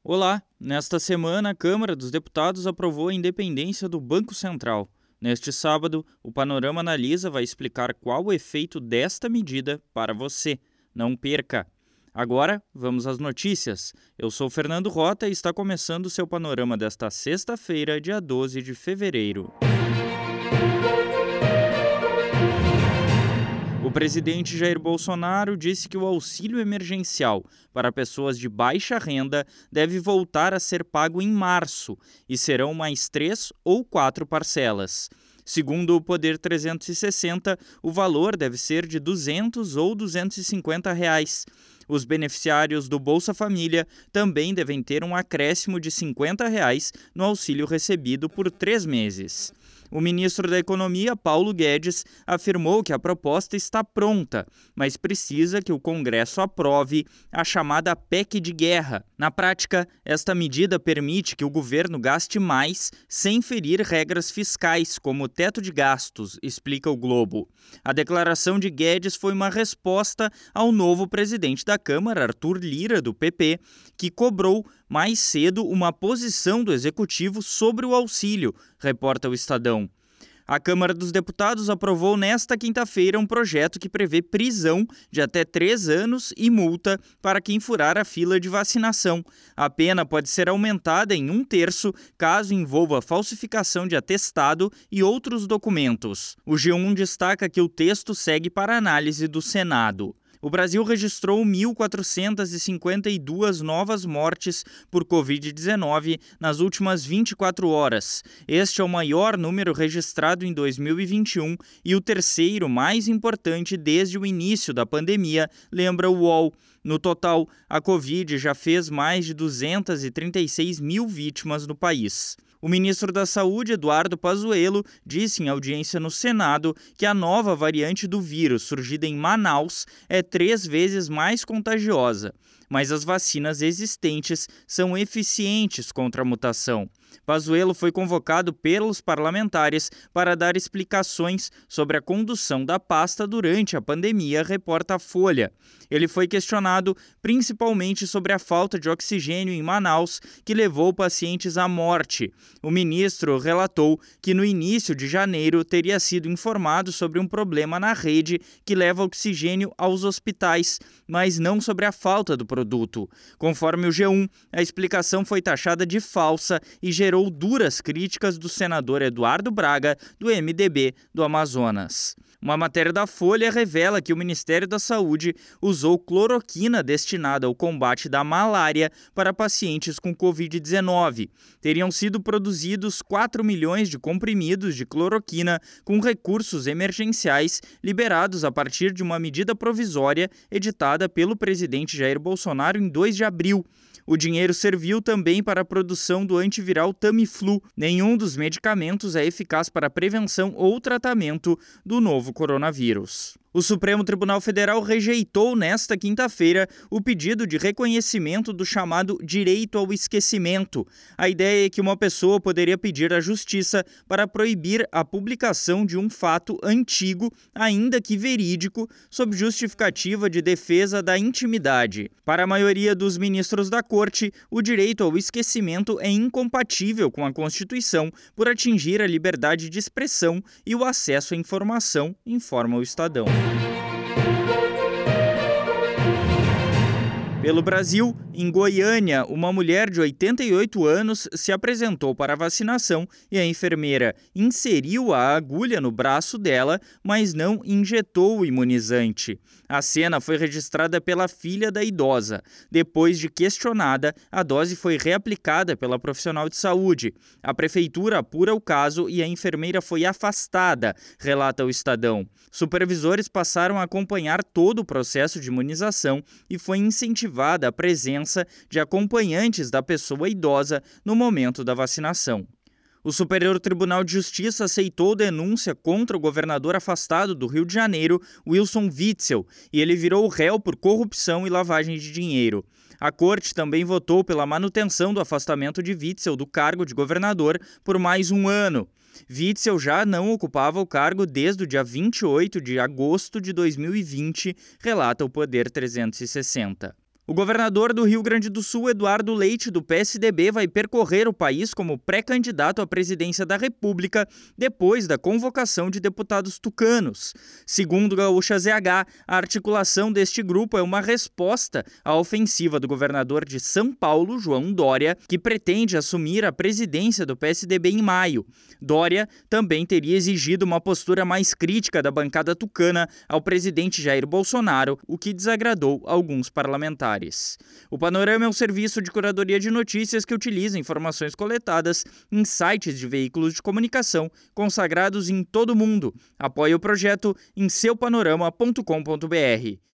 Olá! Nesta semana, a Câmara dos Deputados aprovou a independência do Banco Central. Neste sábado, o Panorama Analisa vai explicar qual o efeito desta medida para você. Não perca! Agora, vamos às notícias. Eu sou Fernando Rota e está começando o seu Panorama desta sexta-feira, dia 12 de fevereiro. O presidente Jair Bolsonaro disse que o auxílio emergencial para pessoas de baixa renda deve voltar a ser pago em março e serão mais 3 ou 4 parcelas. Segundo o Poder 360, o valor deve ser de R$ 200 ou R$ 250. Os beneficiários do Bolsa Família também devem ter um acréscimo de R$ 50 no auxílio recebido por 3 meses. O ministro da Economia, Paulo Guedes, afirmou que a proposta está pronta, mas precisa que o Congresso aprove a chamada PEC de guerra. Na prática, esta medida permite que o governo gaste mais sem ferir regras fiscais, como o teto de gastos, explica o Globo. A declaração de Guedes foi uma resposta ao novo presidente da Câmara, Arthur Lira, do PP, que cobrou mais cedo uma posição do Executivo sobre o auxílio, reporta o Estadão. A Câmara dos Deputados aprovou nesta quinta-feira um projeto que prevê prisão de até 3 anos e multa para quem furar a fila de vacinação. A pena pode ser aumentada em 1/3 caso envolva falsificação de atestado e outros documentos. O G1 destaca que o texto segue para análise do Senado. O Brasil registrou 1.452 novas mortes por Covid-19 nas últimas 24 horas. Este é o maior número registrado em 2021 e o terceiro mais importante desde o início da pandemia, lembra o UOL. No total, a Covid já fez mais de 236 mil vítimas no país. O ministro da Saúde, Eduardo Pazuello, disse em audiência no Senado que a nova variante do vírus, surgida em Manaus, é 3 vezes mais contagiosa, mas as vacinas existentes são eficientes contra a mutação. Pazuello foi convocado pelos parlamentares para dar explicações sobre a condução da pasta durante a pandemia, reporta a Folha. Ele foi questionado principalmente sobre a falta de oxigênio em Manaus, que levou pacientes à morte. O ministro relatou que no início de janeiro teria sido informado sobre um problema na rede que leva oxigênio aos hospitais, mas não sobre a falta do produto. Conforme o G1, a explicação foi taxada de falsa e gerou duras críticas do senador Eduardo Braga, do MDB do Amazonas. Uma matéria da Folha revela que o Ministério da Saúde usou cloroquina destinada ao combate da malária para pacientes com Covid-19. Teriam sido produzidos 4 milhões de comprimidos de cloroquina com recursos emergenciais liberados a partir de uma medida provisória editada pelo presidente Jair Bolsonaro em 2 de abril. O dinheiro serviu também para a produção do antiviral Tamiflu. Nenhum dos medicamentos é eficaz para a prevenção ou tratamento do novo coronavírus. O Supremo Tribunal Federal rejeitou nesta quinta-feira o pedido de reconhecimento do chamado direito ao esquecimento. A ideia é que uma pessoa poderia pedir à Justiça para proibir a publicação de um fato antigo, ainda que verídico, sob justificativa de defesa da intimidade. Para a maioria dos ministros da Corte, o direito ao esquecimento é incompatível com a Constituição por atingir a liberdade de expressão e o acesso à informação, informa o Estadão. Pelo Brasil, em Goiânia, uma mulher de 88 anos se apresentou para a vacinação e a enfermeira inseriu a agulha no braço dela, mas não injetou o imunizante. A cena foi registrada pela filha da idosa. Depois de questionada, a dose foi reaplicada pela profissional de saúde. A prefeitura apura o caso e a enfermeira foi afastada, relata o Estadão. Supervisores passaram a acompanhar todo o processo de imunização e foi incentivada a presença de acompanhantes da pessoa idosa no momento da vacinação. O Superior Tribunal de Justiça aceitou denúncia contra o governador afastado do Rio de Janeiro, Wilson Witzel, e ele virou réu por corrupção e lavagem de dinheiro. A corte também votou pela manutenção do afastamento de Witzel do cargo de governador por mais um ano. Witzel já não ocupava o cargo desde o dia 28 de agosto de 2020, relata o Poder 360. O governador do Rio Grande do Sul, Eduardo Leite, do PSDB, vai percorrer o país como pré-candidato à presidência da República depois da convocação de deputados tucanos. Segundo Gaúcha ZH, a articulação deste grupo é uma resposta à ofensiva do governador de São Paulo, João Dória, que pretende assumir a presidência do PSDB em maio. Dória também teria exigido uma postura mais crítica da bancada tucana ao presidente Jair Bolsonaro, o que desagradou alguns parlamentares. O Panorama é um serviço de curadoria de notícias que utiliza informações coletadas em sites de veículos de comunicação consagrados em todo o mundo. Apoie o projeto em seupanorama.com.br.